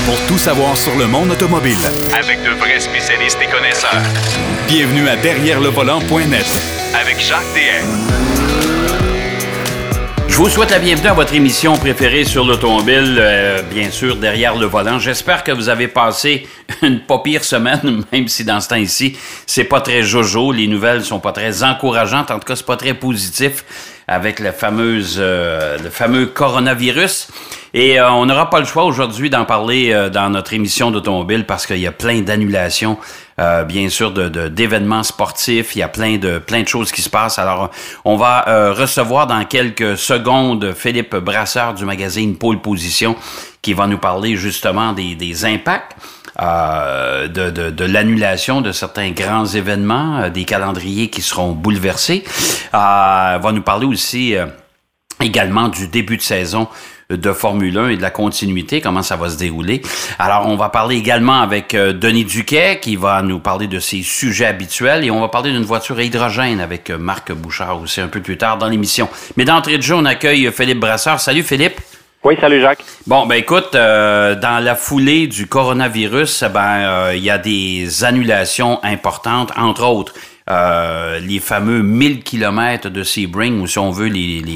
pour tout savoir sur le monde automobile. Avec de vrais spécialistes et connaisseurs. Bienvenue à DerrièreLeVolant.net avec Jacques DM. Je vous souhaite la bienvenue à votre émission préférée sur l'automobile, bien sûr, Derrière le volant. J'espère que vous avez passé une pas pire semaine, même si dans ce temps-ci, c'est pas très jojo, les nouvelles sont pas très encourageantes, en tout cas, c'est pas très positif avec le fameux coronavirus. Et on n'aura pas le choix aujourd'hui d'en parler dans notre émission d'automobile parce qu'il y a plein d'annulations, bien sûr, d'événements sportifs. Il y a plein de choses qui se passent. Alors, on va recevoir dans quelques secondes Philippe Brasseur du magazine Pole Position qui va nous parler justement des impacts de l'annulation de certains grands événements, des calendriers qui seront bouleversés. Va nous parler aussi également du début de saison de Formule 1 et de la continuité, comment ça va se dérouler. Alors, on va parler également avec Denis Duquet, qui va nous parler de ses sujets habituels, et on va parler d'une voiture à hydrogène avec Marc Bouchard aussi un peu plus tard dans l'émission. Mais d'entrée de jeu, on accueille Philippe Brasseur. Salut Philippe! Oui, salut Jacques. Bon, ben écoute, dans la foulée du coronavirus, il y a des annulations importantes, entre autres les fameux 1000 kilomètres de Sebring, ou si on veut,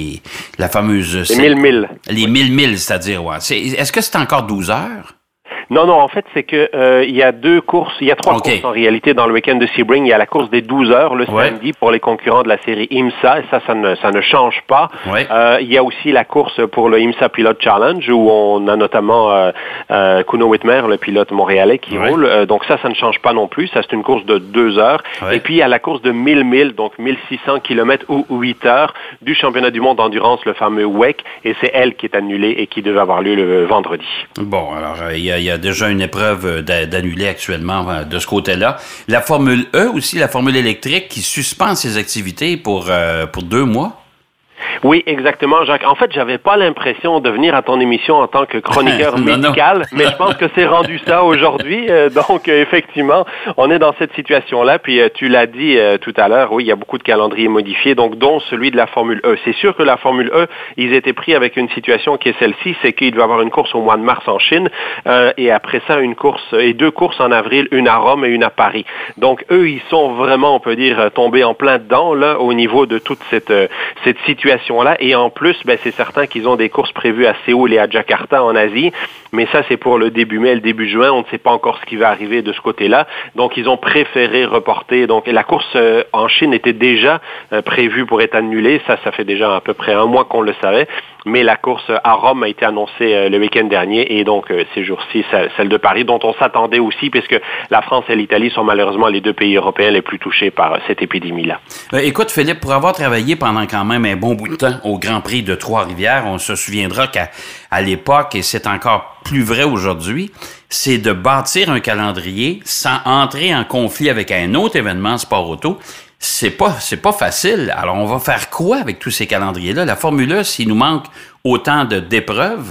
la fameuse... Les 1000 milles. Les 1000 milles, c'est-à-dire, ouais. Est-ce que c'est encore 12 heures? Non, en fait, c'est que il y a trois courses en réalité dans le week-end de Sebring. Il y a la course des 12 heures le samedi pour les concurrents de la série IMSA, et ça ne change pas. Ouais. Il y a aussi la course pour le IMSA Pilot Challenge, où on a notamment Kuno Whitmer, le pilote montréalais, qui roule. Donc ça ne change pas non plus. Ça, c'est une course de 2 heures. Ouais. Et puis, il y a la course de 1000 milles, donc 1600 kilomètres ou 8 heures du championnat du monde d'endurance, le fameux WEC, et c'est elle qui est annulée et qui devait avoir lieu le vendredi. Bon, alors, il y a déjà une épreuve d'annuler actuellement de ce côté-là. La Formule E aussi, la Formule électrique qui suspend ses activités pour 2 mois. Oui, exactement, Jacques. En fait, j'avais pas l'impression de venir à ton émission en tant que chroniqueur médical, mais je pense que c'est rendu ça aujourd'hui. Donc, effectivement, on est dans cette situation-là. Puis, tu l'as dit tout à l'heure, oui, il y a beaucoup de calendriers modifiés, donc dont celui de la Formule E. C'est sûr que la Formule E, ils étaient pris avec une situation qui est celle-ci, c'est qu'il doit y avoir une course au mois de mars en Chine, et après ça, une course et 2 courses en avril, une à Rome et une à Paris. Donc, eux, ils sont vraiment, on peut dire, tombés en plein dedans là au niveau de toute cette situation-là. Et en plus, c'est certain qu'ils ont des courses prévues à Séoul et à Jakarta en Asie, mais ça, c'est pour le début mai, le début juin. On ne sait pas encore ce qui va arriver de ce côté-là. Donc, ils ont préféré reporter. Donc, la course en Chine était déjà prévue pour être annulée. Ça fait déjà à peu près 1 mois qu'on le savait. Mais la course à Rome a été annoncée le week-end dernier, et donc ces jours-ci, celle de Paris, dont on s'attendait aussi, puisque la France et l'Italie sont malheureusement les 2 pays européens les plus touchés par cette épidémie-là. Écoute, Philippe, pour avoir travaillé pendant quand même un bon bout de temps au Grand Prix de Trois-Rivières, on se souviendra qu'à l'époque, et c'est encore plus vrai aujourd'hui, c'est de bâtir un calendrier sans entrer en conflit avec un autre événement sport auto. C'est pas facile. Alors, on va faire quoi avec tous ces calendriers-là? La Formule 1, s'il nous manque autant d'épreuves,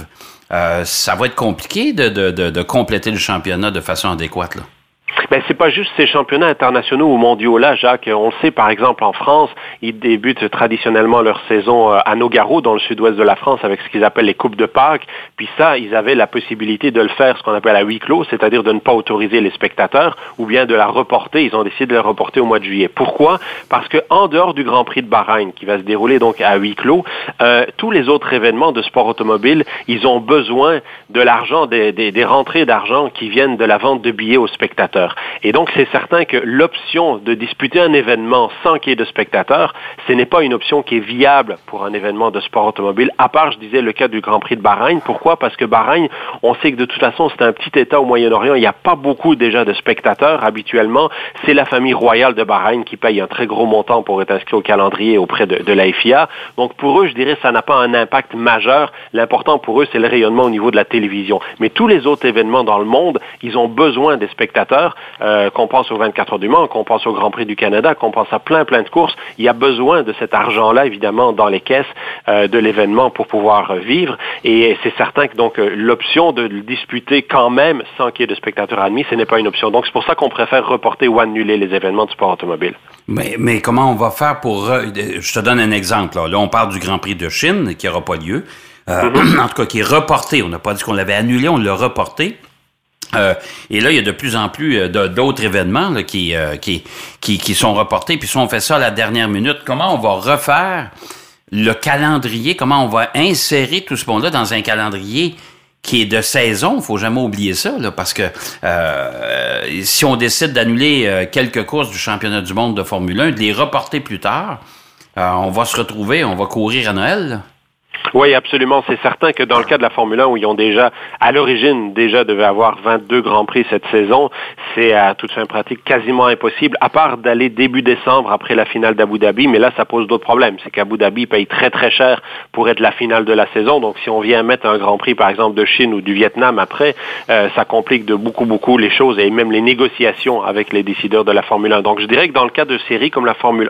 ça va être compliqué de compléter le championnat de façon adéquate, là. C'est pas juste ces championnats internationaux ou mondiaux-là, Jacques. On le sait, par exemple, en France, ils débutent traditionnellement leur saison à Nogaro, dans le sud-ouest de la France, avec ce qu'ils appellent les Coupes de Pâques. Puis ça, ils avaient la possibilité de le faire, ce qu'on appelle à huis clos, c'est-à-dire de ne pas autoriser les spectateurs, ou bien de la reporter. Ils ont décidé de la reporter au mois de juillet. Pourquoi? Parce que en dehors du Grand Prix de Bahreïn, qui va se dérouler donc à huis clos, tous les autres événements de sport automobile, ils ont besoin de l'argent, des rentrées d'argent qui viennent de la vente de billets aux spectateurs. Et donc, c'est certain que l'option de disputer un événement sans qu'il y ait de spectateurs, ce n'est pas une option qui est viable pour un événement de sport automobile, à part, je disais, le cas du Grand Prix de Bahreïn. Pourquoi? Parce que Bahreïn, on sait que de toute façon, c'est un petit État au Moyen-Orient. Il n'y a pas beaucoup déjà de spectateurs. Habituellement, c'est la famille royale de Bahreïn qui paye un très gros montant pour être inscrit au calendrier auprès de la FIA. Donc, pour eux, je dirais, ça n'a pas un impact majeur. L'important pour eux, c'est le rayonnement au niveau de la télévision. Mais tous les autres événements dans le monde, ils ont besoin des spectateurs. Qu'on pense aux 24 heures du Mans, qu'on pense au Grand Prix du Canada, qu'on pense à plein de courses, il y a besoin de cet argent-là, évidemment, dans les caisses de l'événement pour pouvoir vivre. Et c'est certain que donc l'option de le disputer quand même sans qu'il y ait de spectateurs admis, ce n'est pas une option. Donc c'est pour ça qu'on préfère reporter ou annuler les événements du sport automobile. Mais comment on va faire pour... je te donne un exemple. Là, on parle du Grand Prix de Chine qui n'aura pas lieu. En tout cas, qui est reporté. On n'a pas dit qu'on l'avait annulé, on l'a reporté. Et là, il y a de plus en plus d'autres événements là, qui sont reportés. Puis si on fait ça à la dernière minute, comment on va refaire le calendrier? Comment on va insérer tout ce monde-là dans un calendrier qui est de saison? Il faut jamais oublier ça, là, parce que si on décide d'annuler quelques courses du championnat du monde de Formule 1, de les reporter plus tard, on va se retrouver, on va courir à Noël, là. Oui, absolument. C'est certain que dans le cas de la Formule 1, où ils ont déjà, à l'origine, devaient avoir 22 Grands Prix cette saison, c'est à toute fin pratique quasiment impossible, à part d'aller début décembre après la finale d'Abu Dhabi, mais là, ça pose d'autres problèmes. C'est qu'Abu Dhabi paye très, très cher pour être la finale de la saison. Donc, si on vient mettre un Grand Prix, par exemple, de Chine ou du Vietnam après, ça complique de beaucoup les choses et même les négociations avec les décideurs de la Formule 1. Donc, je dirais que dans le cas de séries comme la Formule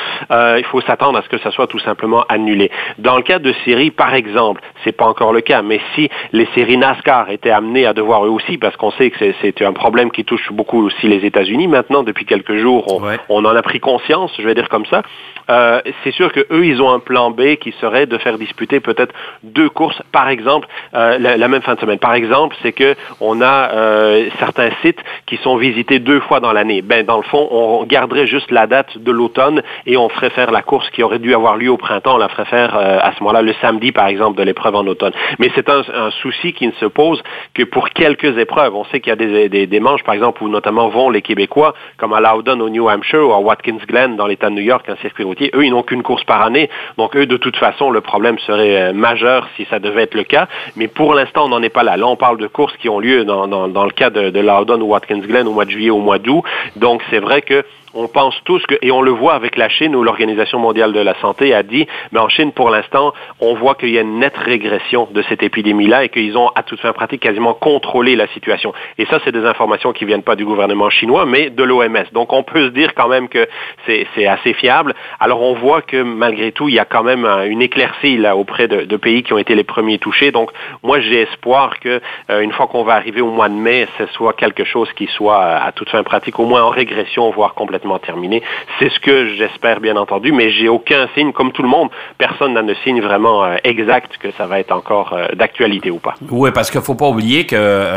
1, il faut s'attendre à ce que ça soit tout simplement annulé. Dans le cas de séries, par exemple, c'est pas encore le cas, mais si les séries NASCAR étaient amenées à devoir eux aussi, parce qu'on sait que c'est un problème qui touche beaucoup aussi les États-Unis maintenant, depuis quelques jours, on en a pris conscience, je vais dire comme ça, c'est sûr que eux, ils ont un plan B qui serait de faire disputer peut-être 2 courses, par exemple, la même fin de semaine. Par exemple, c'est que on a certains sites qui sont visités 2 fois dans l'année. Ben, dans le fond, on garderait juste la date de l'automne et on ferait faire la course qui aurait dû avoir lieu au printemps, on la ferait faire à ce moment-là le samedi, par exemple, de l'épreuve en automne. Mais c'est un souci qui ne se pose que pour quelques épreuves. On sait qu'il y a des manches, par exemple, où notamment vont les Québécois, comme à Loudon au New Hampshire ou à Watkins Glen dans l'État de New York, un circuit routier. Eux, ils n'ont qu'une course par année. Donc, eux, de toute façon, le problème serait majeur si ça devait être le cas. Mais pour l'instant, on n'en est pas là. Là, on parle de courses qui ont lieu dans le cas de Loudon ou Watkins Glen au mois de juillet ou au mois d'août. Donc, c'est vrai que on pense tous que, et on le voit avec la Chine où l'Organisation mondiale de la santé a dit, mais en Chine, pour l'instant, on voit qu'il y a une nette régression de cette épidémie-là et qu'ils ont, à toute fin pratique, quasiment contrôlé la situation. Et ça, c'est des informations qui viennent pas du gouvernement chinois, mais de l'OMS. Donc, on peut se dire quand même que c'est assez fiable. Alors, on voit que, malgré tout, il y a quand même une éclaircie, là, auprès de pays qui ont été les premiers touchés. Donc, moi, j'ai espoir que, une fois qu'on va arriver au mois de mai, ce soit quelque chose qui soit, à toute fin pratique, au moins en régression, voire complètement terminé. C'est ce que j'espère, bien entendu, mais j'ai aucun signe, comme tout le monde, personne n'a de signe vraiment exact que ça va être encore d'actualité ou pas. Oui, parce qu'il ne faut pas oublier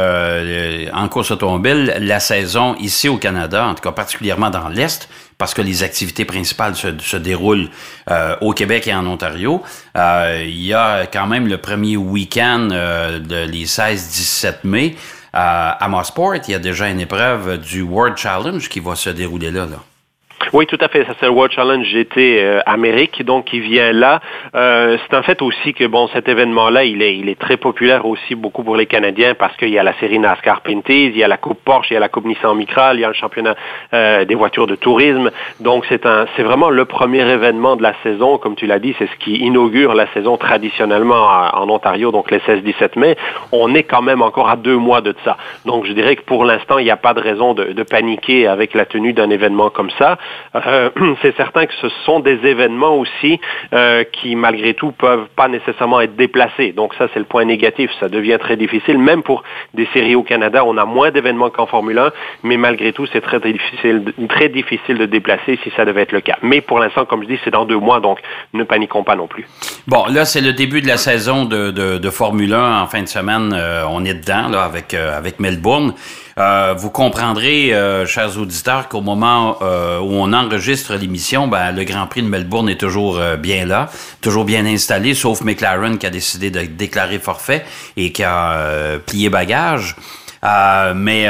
que en course automobile, la saison ici au Canada, en tout cas particulièrement dans l'Est, parce que les activités principales se déroulent au Québec et en Ontario, il y a quand même le premier week-end les 16-17 mai. À Mosport, il y a déjà une épreuve du World Challenge qui va se dérouler là. Oui, tout à fait. Ça, c'est le World Challenge GT Amérique, donc qui vient là. C'est un fait aussi que bon, cet événement-là, il est très populaire aussi beaucoup pour les Canadiens parce qu'il y a la série NASCAR Pinties, il y a la Coupe Porsche, il y a la Coupe Nissan Micra, il y a le championnat des voitures de tourisme. Donc c'est vraiment le premier événement de la saison, comme tu l'as dit, c'est ce qui inaugure la saison traditionnellement en Ontario, donc les 16-17 mai. On est quand même encore à 2 mois de ça. Donc je dirais que pour l'instant, il n'y a pas de raison de paniquer avec la tenue d'un événement comme ça. C'est certain que ce sont des événements aussi qui, malgré tout, peuvent pas nécessairement être déplacés. Donc ça, c'est le point négatif. Ça devient très difficile. Même pour des séries au Canada, on a moins d'événements qu'en Formule 1, mais malgré tout, c'est très difficile de déplacer si ça devait être le cas. Mais pour l'instant, comme je dis, c'est dans 2 mois, donc ne paniquons pas non plus. Bon, là, c'est le début de la saison de Formule 1 en fin de semaine. On est dedans là avec Melbourne. Vous comprendrez, chers auditeurs, qu'au moment où on enregistre l'émission, le Grand Prix de Melbourne est toujours bien là, toujours bien installé, sauf McLaren qui a décidé de déclarer forfait et qui a plié bagage. Mais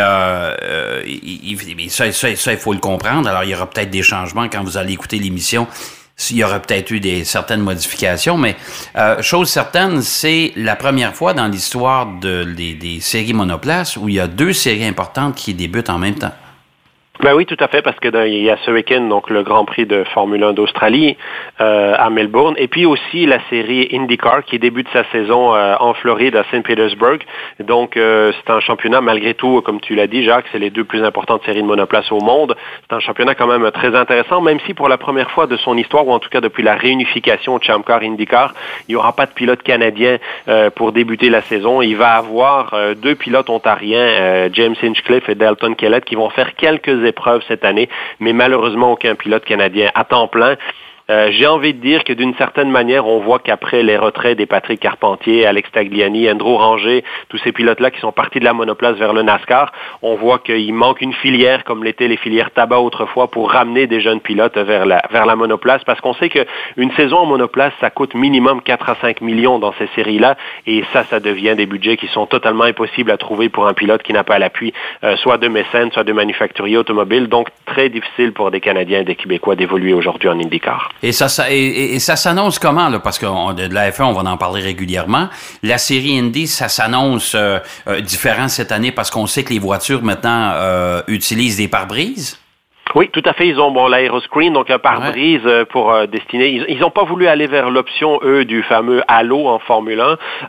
ça, il faut le comprendre. Alors, il y aura peut-être des changements quand vous allez écouter l'émission. Il y aurait peut-être eu certaines modifications, mais chose certaine, c'est la première fois dans l'histoire des séries monoplaces où il y a 2 séries importantes qui débutent en même temps. Ben oui, tout à fait, parce que il y a ce week-end donc le Grand Prix de Formule 1 d'Australie à Melbourne, et puis aussi la série IndyCar qui débute sa saison en Floride à Saint Petersburg. Donc c'est un championnat malgré tout, comme tu l'as dit, Jacques, c'est les 2 plus importantes séries de monoplace au monde. C'est un championnat quand même très intéressant, même si pour la première fois de son histoire, ou en tout cas depuis la réunification Champ Car IndyCar, il n'y aura pas de pilote canadien pour débuter la saison. Il va avoir 2 pilotes ontariens, James Hinchcliffe et Dalton Kellett, qui vont faire quelques épreuves cette année, mais malheureusement aucun pilote canadien à temps plein. J'ai envie de dire que d'une certaine manière, on voit qu'après les retraits des Patrick Carpentier, Alex Tagliani, Andrew Ranger, tous ces pilotes-là qui sont partis de la monoplace vers le NASCAR, on voit qu'il manque une filière comme l'étaient les filières tabac autrefois pour ramener des jeunes pilotes vers la monoplace, parce qu'on sait qu'une saison en monoplace, ça coûte minimum 4 à 5 millions dans ces séries-là, et ça devient des budgets qui sont totalement impossibles à trouver pour un pilote qui n'a pas l'appui soit de mécènes, soit de manufacturiers automobiles, donc très difficile pour des Canadiens et des Québécois d'évoluer aujourd'hui en IndyCar. Et ça s'annonce comment, là? Parce que de la F1, on va en parler régulièrement. La série Indy, ça s'annonce différent cette année parce qu'on sait que les voitures maintenant utilisent des pare-brises? Oui, tout à fait. Ils ont l'aéroscreen, donc un pare-brise pour destiner. Ils n'ont pas voulu aller vers l'option, eux, du fameux halo en Formule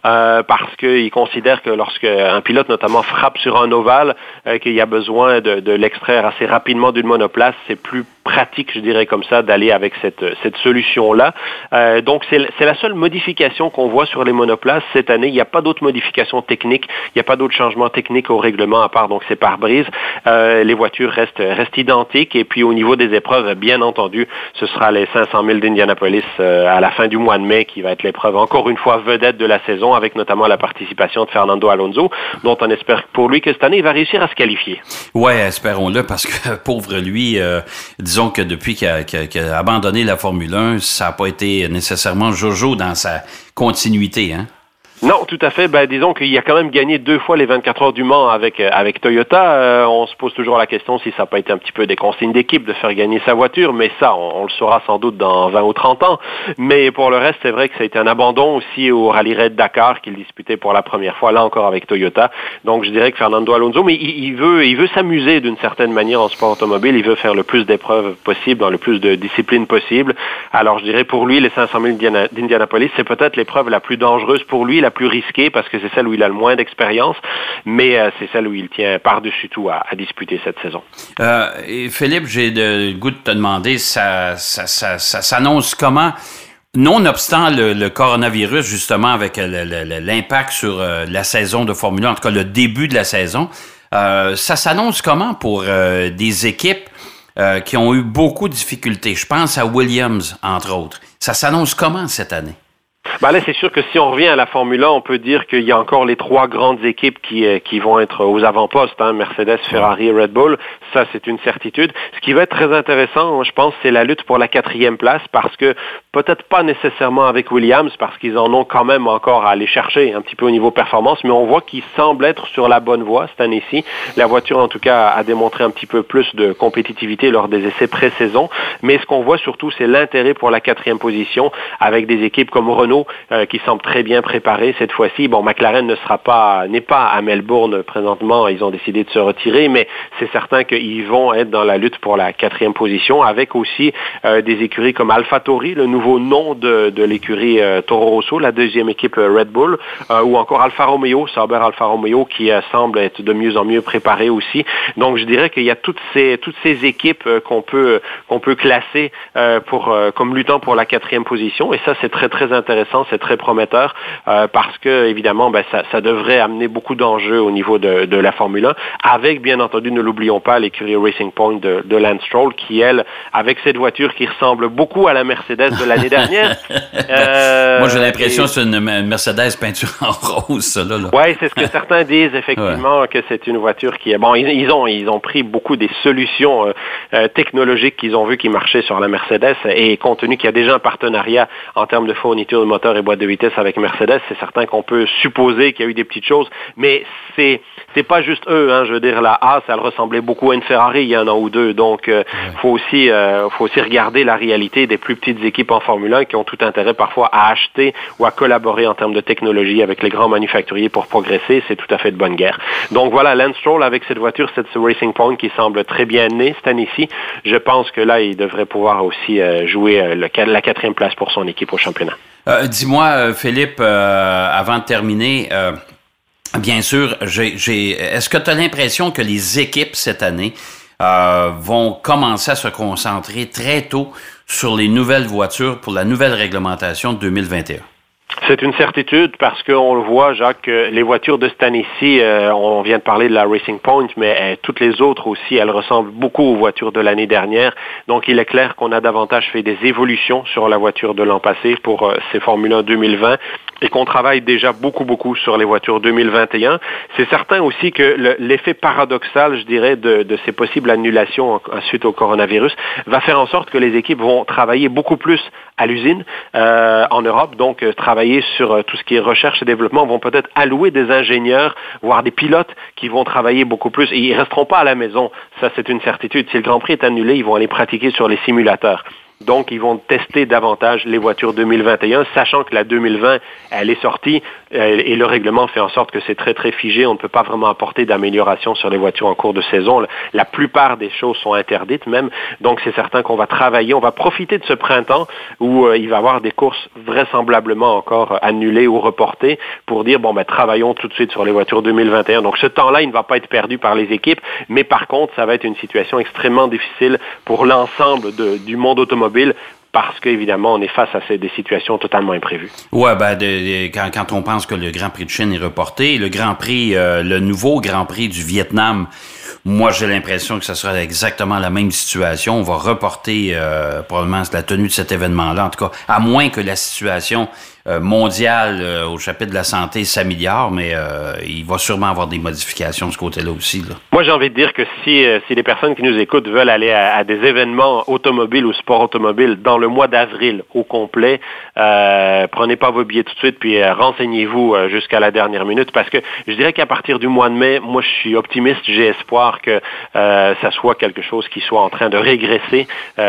1 parce qu'ils considèrent que lorsqu'un pilote, notamment, frappe sur un ovale, qu'il y a besoin de l'extraire assez rapidement d'une monoplace, c'est plus pratique, je dirais comme ça, d'aller avec cette solution-là. Donc, c'est la seule modification qu'on voit sur les monoplaces cette année. Il n'y a pas d'autres modifications techniques. Il n'y a pas d'autres changements techniques au règlement à part donc ces pare-brises. Les voitures restent identiques. Et puis, au niveau des épreuves, bien entendu, ce sera les 500 000 d'Indianapolis à la fin du mois de mai qui va être l'épreuve, encore une fois, vedette de la saison, avec notamment la participation de Fernando Alonso, dont on espère pour lui que cette année, il va réussir à se qualifier. Ouais, espérons-le, parce que, pauvre lui, disons que depuis qu'il a abandonné la Formule 1, ça n'a pas été nécessairement jojo dans sa continuité, hein? Non, tout à fait. Disons qu'il a quand même gagné 2 fois les 24 heures du Mans avec Toyota. On se pose toujours la question si ça n'a pas été un petit peu des consignes d'équipe de faire gagner sa voiture, mais ça, on le saura sans doute dans 20 ou 30 ans. Mais pour le reste, c'est vrai que ça a été un abandon aussi au Rallye Raid Dakar qu'il disputait pour la première fois, là encore avec Toyota. Donc, je dirais que Fernando Alonso, mais il veut s'amuser d'une certaine manière en sport automobile. Il veut faire le plus d'épreuves possible, dans le plus de disciplines possible. Alors, je dirais pour lui, les 500 000 d'Indianapolis, c'est peut-être l'épreuve la plus dangereuse pour lui, la plus risquée parce que c'est celle où il a le moins d'expérience, mais c'est celle où il tient par-dessus tout à disputer cette saison. Et Philippe, j'ai le goût de te demander, ça s'annonce comment? Nonobstant le coronavirus, justement, avec l'impact sur la saison de Formule 1, en tout cas le début de la saison, ça s'annonce comment pour des équipes qui ont eu beaucoup de difficultés? Je pense à Williams, entre autres. Ça s'annonce comment cette année? Là, c'est sûr que si on revient à la Formule 1, on peut dire qu'il y a encore les 3 grandes équipes qui vont être aux avant-postes, hein, Mercedes, Ferrari et Red Bull. Ça, c'est une certitude. Ce qui va être très intéressant, je pense, c'est la lutte pour la 4e place, parce que peut-être pas nécessairement avec Williams, parce qu'ils en ont quand même encore à aller chercher un petit peu au niveau performance, mais on voit qu'ils semblent être sur la bonne voie cette année-ci. La voiture, en tout cas, a démontré un petit peu plus de compétitivité lors des essais pré-saison. Mais ce qu'on voit surtout, c'est l'intérêt pour la 4e position, avec des équipes comme Renault, qui semble très bien préparé cette fois-ci. Bon, McLaren n'est pas à Melbourne présentement, ils ont décidé de se retirer, mais c'est certain qu'ils vont être dans la lutte pour la 4e position, avec aussi des écuries comme AlphaTauri, le nouveau nom de l'écurie Toro Rosso, la 2e équipe Red Bull, ou encore Alfa Romeo, Sauber Alfa Romeo, qui semble être de mieux en mieux préparé aussi. Donc, je dirais qu'il y a toutes ces équipes qu'on peut classer comme luttant pour la 4e position, et ça, c'est très, très intéressant, c'est très prometteur parce que, évidemment, ça devrait amener beaucoup d'enjeux au niveau de la Formule 1, avec, bien entendu, ne l'oublions pas, l'écurie Racing Point de Lance Stroll, qui, elle, avec cette voiture qui ressemble beaucoup à la Mercedes de l'année dernière. Moi, j'ai l'impression que c'est une Mercedes peinture en rose, ça, là. Oui, c'est ce que certains disent, effectivement, que c'est une voiture qui est... Bon, ils ont pris beaucoup des solutions technologiques qu'ils ont vues qui marchaient sur la Mercedes, et compte tenu qu'il y a déjà un partenariat en termes de fourniture de moteur et boîte de vitesse avec Mercedes, c'est certain qu'on peut supposer qu'il y a eu des petites choses, mais c'est pas juste eux, hein. Je veux dire, la Haas, elle ressemblait beaucoup à une Ferrari il y a un an ou deux, donc faut aussi regarder la réalité des plus petites équipes en Formule 1 qui ont tout intérêt parfois à acheter ou à collaborer en termes de technologie avec les grands manufacturiers pour progresser. C'est tout à fait de bonne guerre. Donc voilà, Lance Stroll avec cette voiture, cette Racing Point qui semble très bien née cette année-ci, je pense que là, il devrait pouvoir aussi jouer la 4e place pour son équipe au championnat. Dis-moi, Philippe, avant de terminer, bien sûr, est-ce que tu as l'impression que les équipes cette année vont commencer à se concentrer très tôt sur les nouvelles voitures pour la nouvelle réglementation de 2021? C'est une certitude parce qu'on le voit, Jacques, les voitures de cette année-ci, on vient de parler de la Racing Point, mais toutes les autres aussi, elles ressemblent beaucoup aux voitures de l'année dernière. Donc, il est clair qu'on a davantage fait des évolutions sur la voiture de l'an passé pour ces Formule 1 2020 et qu'on travaille déjà beaucoup sur les voitures 2021. C'est certain aussi que l'effet paradoxal, je dirais, de ces possibles annulations suite au coronavirus va faire en sorte que les équipes vont travailler beaucoup plus à l'usine en Europe, donc travailler sur tout ce qui est recherche et développement, vont peut-être allouer des ingénieurs, voire des pilotes qui vont travailler beaucoup plus. Et ils resteront pas à la maison, ça c'est une certitude. Si le Grand Prix est annulé, ils vont aller pratiquer sur les simulateurs. Donc, ils vont tester davantage les voitures 2021, sachant que la 2020, elle est sortie et le règlement fait en sorte que c'est très figé. On ne peut pas vraiment apporter d'amélioration sur les voitures en cours de saison. La plupart des choses sont interdites même. Donc, c'est certain qu'on va travailler, on va profiter de ce printemps où il va y avoir des courses vraisemblablement encore annulées ou reportées pour dire, travaillons tout de suite sur les voitures 2021. Donc, ce temps-là, il ne va pas être perdu par les équipes, mais par contre, ça va être une situation extrêmement difficile pour l'ensemble du monde automobile parce qu'évidemment, on est face à des situations totalement imprévues. Ouais, quand on pense que le Grand Prix de Chine est reporté, le nouveau Grand Prix du Vietnam, moi, j'ai l'impression que ce sera exactement la même situation. On va reporter probablement la tenue de cet événement-là, en tout cas, à moins que la situation mondiale au chapitre de la santé s'améliore, mais il va sûrement avoir des modifications de ce côté-là aussi. Là. Moi, j'ai envie de dire que si les personnes qui nous écoutent veulent aller à des événements automobiles ou sport automobile dans le mois d'avril au complet, prenez pas vos billets tout de suite, puis renseignez-vous jusqu'à la dernière minute, parce que je dirais qu'à partir du mois de mai, moi, je suis optimiste, j'ai espoir que ça soit quelque chose qui soit en train de régresser,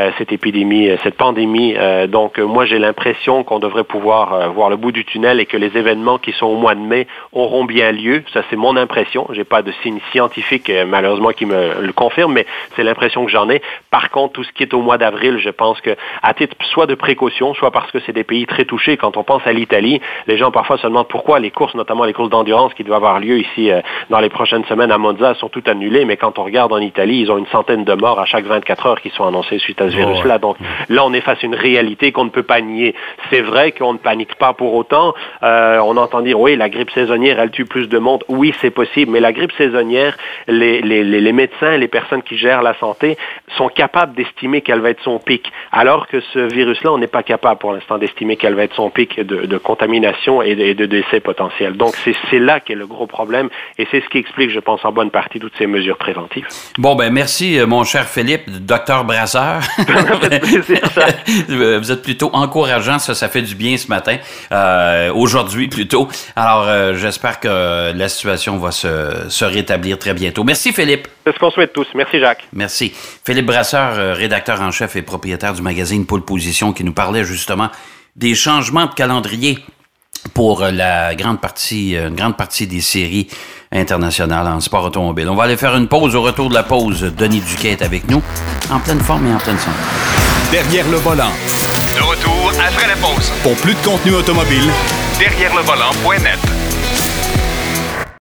cette pandémie. Donc, moi, j'ai l'impression qu'on devrait pouvoir voir le bout du tunnel et que les événements qui sont au mois de mai auront bien lieu. Ça, c'est mon impression. J'ai pas de signe scientifique, malheureusement, qui me le confirme, mais c'est l'impression que j'en ai. Par contre, tout ce qui est au mois d'avril, je pense que, à titre soit de précaution, soit parce que c'est des pays très touchés. Quand on pense à l'Italie, les gens parfois se demandent pourquoi les courses, notamment les courses d'endurance qui doivent avoir lieu ici dans les prochaines semaines à Monza, sont toutes annulées. Mais quand on regarde en Italie, ils ont une centaine de morts à chaque 24 heures qui sont annoncées suite à ce virus-là. Donc là, on est face à une réalité qu'on ne peut pas nier. C'est vrai qu'on ne panique pas pour autant. On entend dire, oui, la grippe saisonnière, elle tue plus de monde. Oui, c'est possible, mais la grippe saisonnière, les médecins, les personnes qui gèrent la santé sont capables d'estimer qu'elle va être son pic. Alors que ce virus-là, on n'est pas capable pour l'instant d'estimer qu'elle va être son pic de contamination et de décès potentiels. Donc, c'est là qu'est le gros problème et c'est ce qui explique, je pense, en bonne partie toutes ces mesures préventives. Bon, merci, mon cher Philippe, docteur Brasseur. Ça fait plaisir, ça. Vous êtes plutôt encourageant, ça fait du bien ce matin. Aujourd'hui plutôt. Alors, j'espère que la situation va se rétablir très bientôt. Merci, Philippe. C'est ce qu'on souhaite tous. Merci, Jacques. Merci. Philippe Brasseur, rédacteur en chef et propriétaire du magazine Pole Position, qui nous parlait justement des changements de calendrier pour une grande partie des séries internationales en sport automobile. On va aller faire une pause. Au retour de la pause, Denis Duquet est avec nous, en pleine forme et en pleine santé. Derrière le volant. De retour après la pause. Pour plus de contenu automobile, Derrière le volant.net.